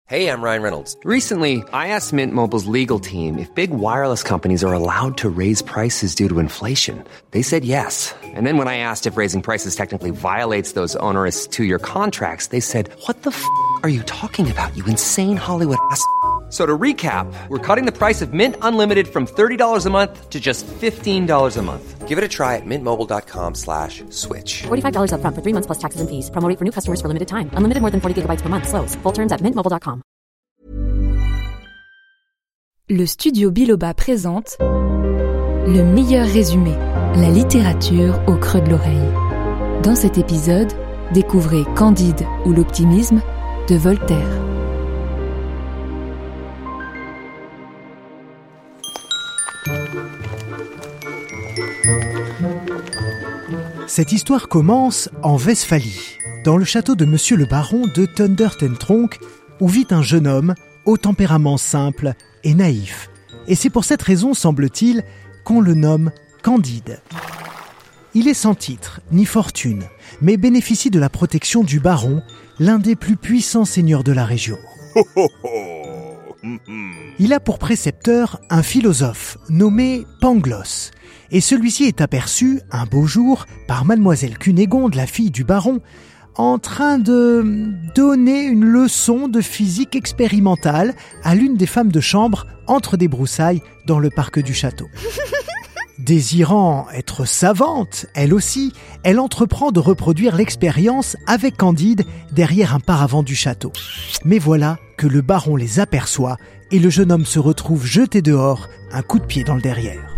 Hey, I'm Ryan Reynolds. Recently, I asked Mint Mobile's legal team if big wireless companies are allowed to raise prices due to inflation. They said yes. And then when I asked if raising prices technically violates those onerous two-year contracts, they said, "What the f*** are you talking about, you insane Hollywood ass?" So to recap, we're cutting the price of Mint Unlimited from $30 a month to just $15 a month. Give it a try at mintmobile.com/switch. $45 up front for 3 months plus taxes and fees. Promo rate for new customers for limited time. Unlimited more than 40 gigabytes per month. Slows full terms at mintmobile.com. Le Studio Biloba présente le meilleur résumé, la littérature au creux de l'oreille. Dans cet épisode, découvrez Candide ou l'optimisme de Voltaire. Cette histoire commence en Westphalie, dans le château de Monsieur le baron de Thunder-ten-Tronckh, où vit un jeune homme au tempérament simple et naïf. Et c'est pour cette raison, semble-t-il, qu'on le nomme Candide. Il est sans titre, ni fortune, mais bénéficie de la protection du baron, l'un des plus puissants seigneurs de la région. Il a pour précepteur un philosophe nommé Pangloss, et celui-ci est aperçu, un beau jour, par mademoiselle Cunégonde, la fille du baron, en train de donner une leçon de physique expérimentale à l'une des femmes de chambre entre des broussailles dans le parc du château. Désirant être savante, elle aussi, elle entreprend de reproduire l'expérience avec Candide derrière un paravent du château. Mais voilà que le baron les aperçoit et le jeune homme se retrouve jeté dehors, un coup de pied dans le derrière.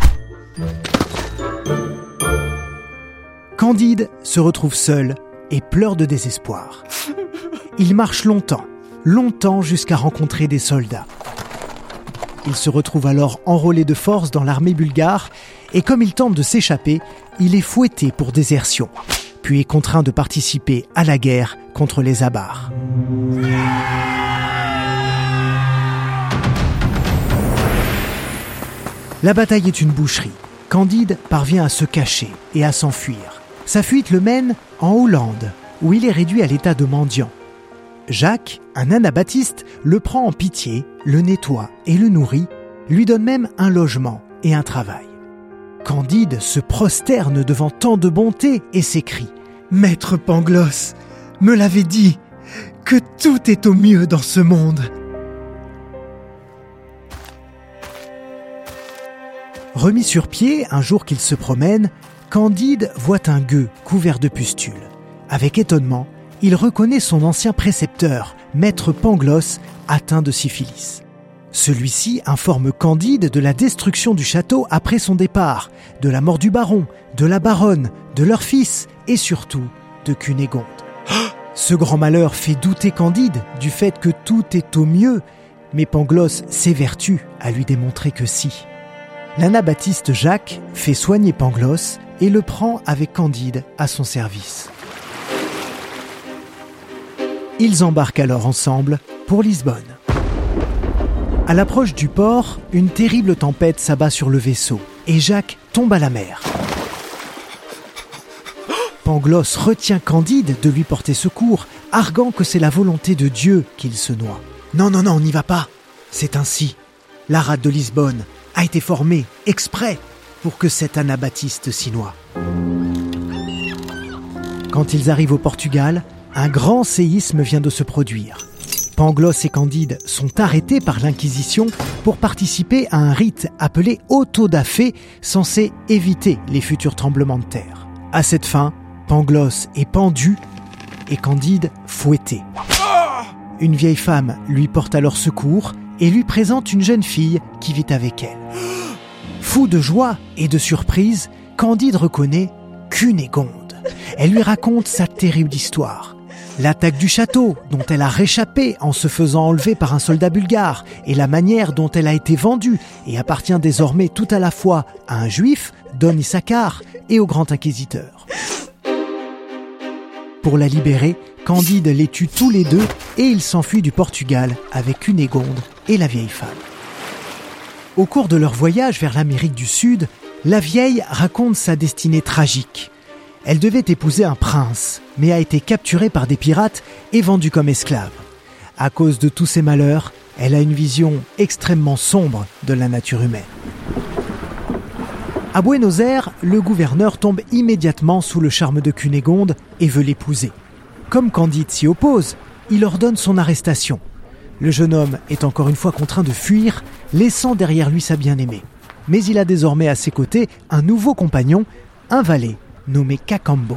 Candide se retrouve seul et pleure de désespoir. Il marche longtemps jusqu'à rencontrer des soldats. Il se retrouve alors enrôlé de force dans l'armée bulgare et comme il tente de s'échapper, il est fouetté pour désertion, puis est contraint de participer à la guerre contre les Avars. La bataille est une boucherie. Candide parvient à se cacher et à s'enfuir. Sa fuite le mène en Hollande, où il est réduit à l'état de mendiant. Jacques, un anabaptiste, le prend en pitié, le nettoie et le nourrit, lui donne même un logement et un travail. Candide se prosterne devant tant de bonté et s'écrie « Maître Pangloss, me l'avait dit, que tout est au mieux dans ce monde !» Remis sur pied, un jour qu'il se promène, Candide voit un gueux couvert de pustules. Avec étonnement, il reconnaît son ancien précepteur, maître Pangloss, atteint de syphilis. Celui-ci informe Candide de la destruction du château après son départ, de la mort du baron, de la baronne, de leur fils et surtout de Cunégonde. Ce grand malheur fait douter Candide du fait que tout est au mieux, mais Pangloss s'évertue à lui démontrer que si. L'anabaptiste Jacques fait soigner Pangloss et le prend avec Candide à son service. Ils embarquent alors ensemble pour Lisbonne. À l'approche du port, une terrible tempête s'abat sur le vaisseau et Jacques tombe à la mer. Pangloss retient Candide de lui porter secours, arguant que c'est la volonté de Dieu qu'il se noie. Non, on n'y va pas. C'est ainsi. La rade de Lisbonne a été formée exprès pour que cet anabaptiste s'y noie. Quand ils arrivent au Portugal, un grand séisme vient de se produire. Pangloss et Candide sont arrêtés par l'Inquisition pour participer à un rite appelé auto-da-fé, censé éviter les futurs tremblements de terre. À cette fin, Pangloss est pendu et Candide fouetté. Une vieille femme lui porte alors secours et lui présente une jeune fille qui vit avec elle. Fou de joie et de surprise, Candide reconnaît Cunégonde. Elle lui raconte sa terrible histoire. L'attaque du château, dont elle a réchappé en se faisant enlever par un soldat bulgare, et la manière dont elle a été vendue et appartient désormais tout à la fois à un juif, Don Issachar, et au grand inquisiteur. Pour la libérer, Candide les tue tous les deux et il s'enfuit du Portugal avec Cunégonde et la vieille femme. Au cours de leur voyage vers l'Amérique du Sud, la vieille raconte sa destinée tragique. Elle devait épouser un prince, mais a été capturée par des pirates et vendue comme esclave. À cause de tous ces malheurs, elle a une vision extrêmement sombre de la nature humaine. À Buenos Aires, le gouverneur tombe immédiatement sous le charme de Cunégonde et veut l'épouser. Comme Candide s'y oppose, il ordonne son arrestation. Le jeune homme est encore une fois contraint de fuir, laissant derrière lui sa bien-aimée. Mais il a désormais à ses côtés un nouveau compagnon, un valet nommé Cacambo.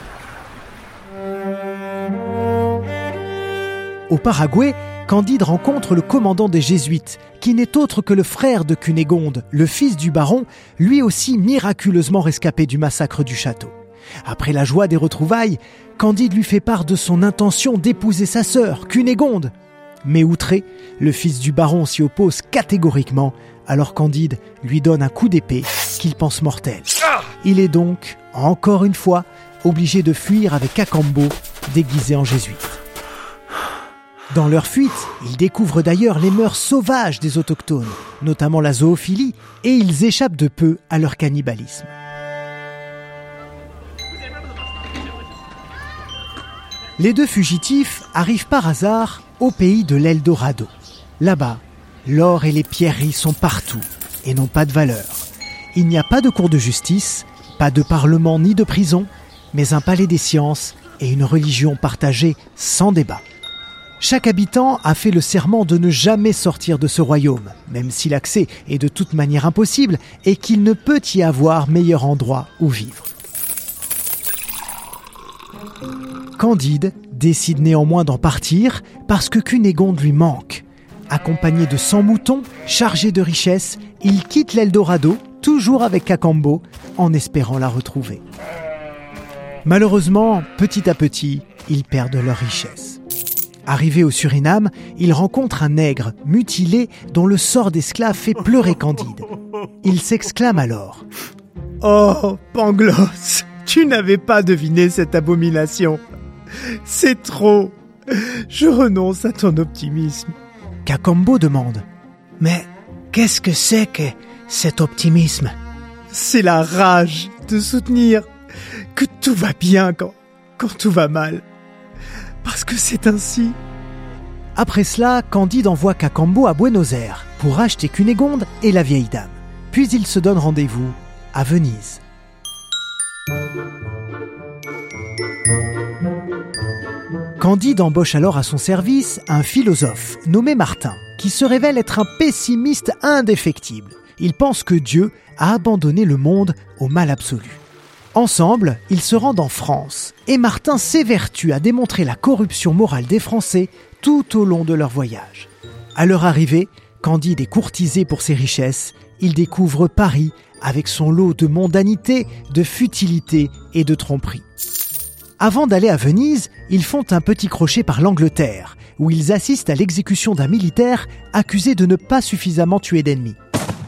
Au Paraguay, Candide rencontre le commandant des Jésuites, qui n'est autre que le frère de Cunégonde, le fils du baron, lui aussi miraculeusement rescapé du massacre du château. Après la joie des retrouvailles, Candide lui fait part de son intention d'épouser sa sœur, Cunégonde. Mais outré, le fils du baron s'y oppose catégoriquement, alors Candide lui donne un coup d'épée qu'il pense mortel. Il est donc, encore une fois, obligé de fuir avec Cacambo, déguisé en jésuite. Dans leur fuite, ils découvrent d'ailleurs les mœurs sauvages des autochtones, notamment la zoophilie, et ils échappent de peu à leur cannibalisme. Les deux fugitifs arrivent par hasard au pays de l'Eldorado. Là-bas, l'or et les pierreries sont partout et n'ont pas de valeur. Il n'y a pas de cour de justice, pas de parlement ni de prison, mais un palais des sciences et une religion partagée sans débat. Chaque habitant a fait le serment de ne jamais sortir de ce royaume, même si l'accès est de toute manière impossible et qu'il ne peut y avoir meilleur endroit où vivre. Candide décide néanmoins d'en partir parce que Cunégonde lui manque. Accompagné de 100 moutons, chargés de richesses, il quitte l'Eldorado, toujours avec Cacambo, en espérant la retrouver. Malheureusement, petit à petit, ils perdent leur richesse. Arrivé au Suriname, il rencontre un nègre mutilé dont le sort d'esclave fait pleurer Candide. Il s'exclame alors « Oh, Pangloss, tu n'avais pas deviné cette abomination. C'est trop. Je renonce à ton optimisme. » Cacambo demande « Mais qu'est-ce que c'est que cet optimisme ?»« C'est la rage de soutenir que tout va bien quand tout va mal. Parce que c'est ainsi. » Après cela, Candide envoie Cacambo à Buenos Aires pour acheter Cunégonde et la vieille dame. Puis il se donne rendez-vous à Venise. Candide embauche alors à son service un philosophe nommé Martin, qui se révèle être un pessimiste indéfectible. Il pense que Dieu a abandonné le monde au mal absolu. Ensemble, ils se rendent en France, et Martin s'évertue à démontrer la corruption morale des Français tout au long de leur voyage. À leur arrivée, Candide est courtisé pour ses richesses. Il découvre Paris avec son lot de mondanité, de futilité et de tromperie. Avant d'aller à Venise, ils font un petit crochet par l'Angleterre, où ils assistent à l'exécution d'un militaire accusé de ne pas suffisamment tuer d'ennemis.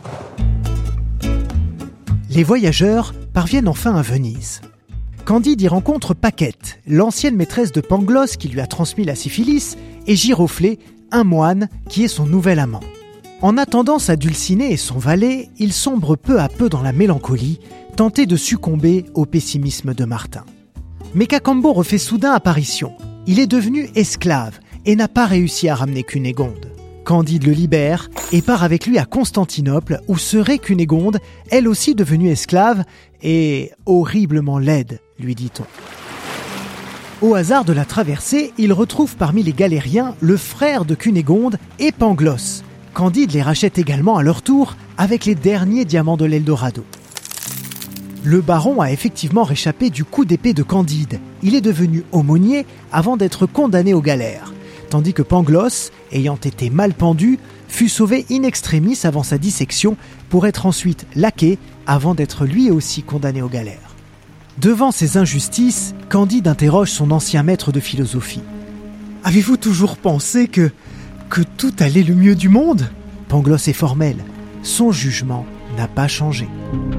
Les voyageurs parviennent enfin à Venise. Candide y rencontre Paquette, l'ancienne maîtresse de Pangloss qui lui a transmis la syphilis, et Giroflée, un moine qui est son nouvel amant. En attendant sa dulcinée et son valet, il sombre peu à peu dans la mélancolie, tenté de succomber au pessimisme de Martin. Mais Cacambo refait soudain apparition. Il est devenu esclave et n'a pas réussi à ramener Cunégonde. Candide le libère et part avec lui à Constantinople où serait Cunégonde, elle aussi devenue esclave et horriblement laide, lui dit-on. Au hasard de la traversée, il retrouve parmi les galériens le frère de Cunégonde et Pangloss. Candide les rachète également à leur tour avec les derniers diamants de l'Eldorado. Le baron a effectivement réchappé du coup d'épée de Candide. Il est devenu aumônier avant d'être condamné aux galères, tandis que Pangloss, ayant été mal pendu, fut sauvé in extremis avant sa dissection pour être ensuite laqué avant d'être lui aussi condamné aux galères. Devant ces injustices, Candide interroge son ancien maître de philosophie. « Avez-vous toujours pensé que tout allait le mieux du monde ?» Pangloss est formel. Son jugement n'a pas changé.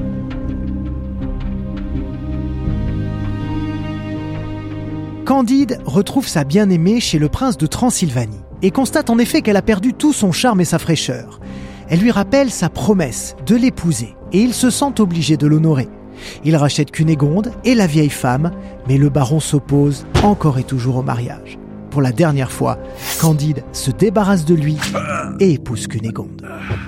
Candide retrouve sa bien-aimée chez le prince de Transylvanie et constate en effet qu'elle a perdu tout son charme et sa fraîcheur. Elle lui rappelle sa promesse de l'épouser et il se sent obligé de l'honorer. Il rachète Cunégonde et la vieille femme, mais le baron s'oppose encore et toujours au mariage. Pour la dernière fois, Candide se débarrasse de lui et épouse Cunégonde.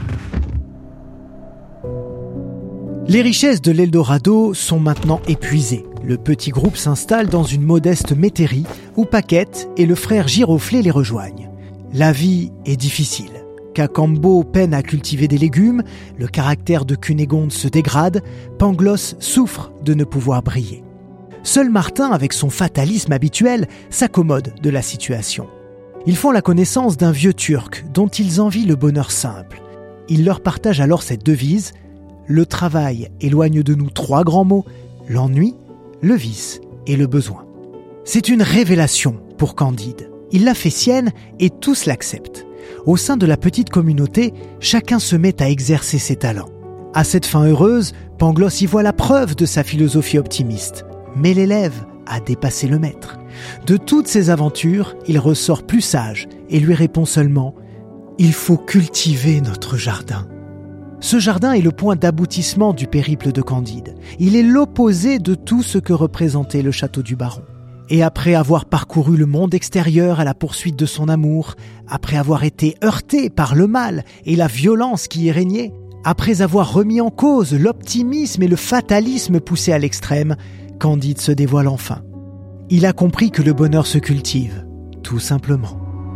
Les richesses de l'Eldorado sont maintenant épuisées. Le petit groupe s'installe dans une modeste métairie où Paquette et le frère Giroflée les rejoignent. La vie est difficile. Cacambo peine à cultiver des légumes, le caractère de Cunégonde se dégrade, Pangloss souffre de ne pouvoir briller. Seul Martin, avec son fatalisme habituel, s'accommode de la situation. Ils font la connaissance d'un vieux Turc dont ils envient le bonheur simple. Il leur partage alors cette devise: le travail éloigne de nous 3 grands mots, l'ennui, le vice et le besoin. C'est une révélation pour Candide. Il la fait sienne et tous l'acceptent. Au sein de la petite communauté, chacun se met à exercer ses talents. À cette fin heureuse, Pangloss y voit la preuve de sa philosophie optimiste. Mais l'élève a dépassé le maître. De toutes ses aventures, il ressort plus sage et lui répond seulement « Il faut cultiver notre jardin ». Ce jardin est le point d'aboutissement du périple de Candide. Il est l'opposé de tout ce que représentait le château du baron. Et après avoir parcouru le monde extérieur à la poursuite de son amour, après avoir été heurté par le mal et la violence qui y régnait, après avoir remis en cause l'optimisme et le fatalisme poussés à l'extrême, Candide se dévoile enfin. Il a compris que le bonheur se cultive, tout simplement.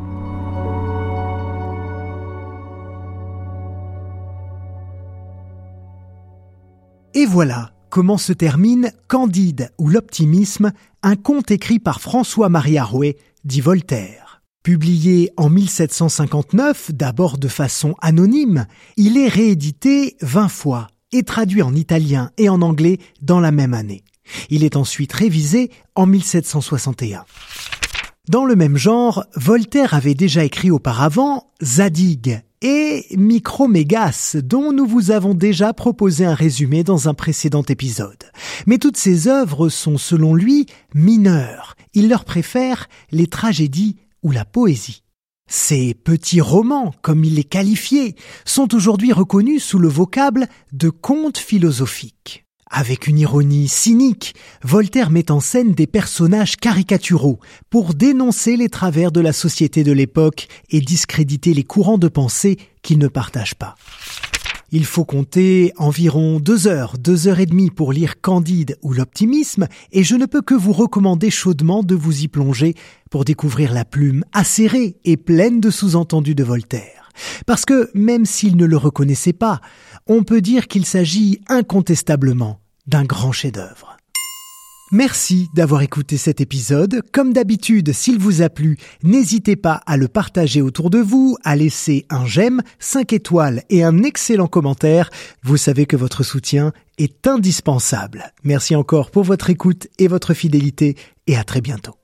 Et voilà comment se termine Candide ou l'optimisme, un conte écrit par François-Marie Arouet, dit Voltaire. Publié en 1759, d'abord de façon anonyme, il est réédité 20 fois et traduit en italien et en anglais dans la même année. Il est ensuite révisé en 1761. Dans le même genre, Voltaire avait déjà écrit auparavant Zadig et Micromégas, dont nous vous avons déjà proposé un résumé dans un précédent épisode. Mais toutes ces œuvres sont, selon lui, mineures. Il leur préfère les tragédies ou la poésie. Ces petits romans, comme il les qualifiait, sont aujourd'hui reconnus sous le vocable de contes philosophiques. Avec une ironie cynique, Voltaire met en scène des personnages caricaturaux pour dénoncer les travers de la société de l'époque et discréditer les courants de pensée qu'il ne partage pas. Il faut compter environ 2 heures et demie pour lire Candide ou l'optimisme, et je ne peux que vous recommander chaudement de vous y plonger pour découvrir la plume acérée et pleine de sous-entendus de Voltaire. Parce que, même s'il ne le reconnaissait pas, on peut dire qu'il s'agit incontestablement d'un grand chef-d'œuvre. Merci d'avoir écouté cet épisode. Comme d'habitude, s'il vous a plu, n'hésitez pas à le partager autour de vous, à laisser un j'aime, 5 étoiles et un excellent commentaire. Vous savez que votre soutien est indispensable. Merci encore pour votre écoute et votre fidélité, et à très bientôt.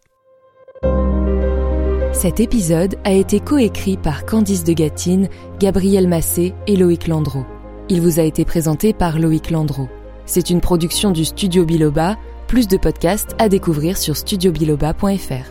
Cet épisode a été coécrit par Candice de Gâtine, Gabriel Massé et Loïc Landreau. Il vous a été présenté par Loïc Landreau. C'est une production du Studio Biloba. Plus de podcasts à découvrir sur studiobiloba.fr.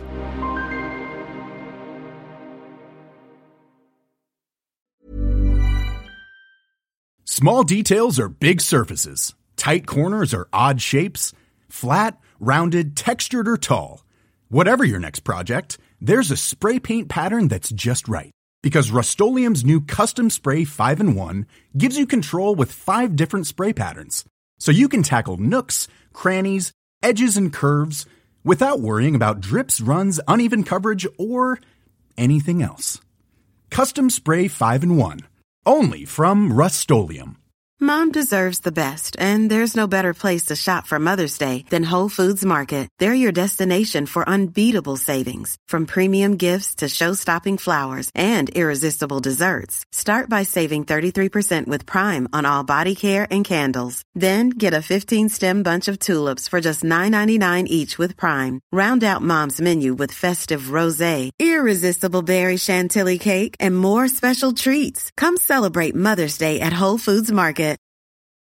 Small details are big surfaces. Tight corners are odd shapes. Flat, rounded, textured, or tall. Whatever your next project, there's a spray paint pattern that's just right. Because Rust-Oleum's new Custom Spray 5-in-1 gives you control with 5 different spray patterns. So you can tackle nooks, crannies, edges, and curves without worrying about drips, runs, uneven coverage, or anything else. Custom Spray 5-in-1. Only from Rust-Oleum. Mom deserves the best, and there's no better place to shop for Mother's Day than Whole Foods Market. They're your destination for unbeatable savings, from premium gifts to show-stopping flowers and irresistible desserts. Start by saving 33% with Prime on all body care and candles. Then get a 15-stem bunch of tulips for just $9.99 each with Prime. Round out Mom's menu with festive rosé, irresistible berry chantilly cake, and more special treats. Come celebrate Mother's Day at Whole Foods Market.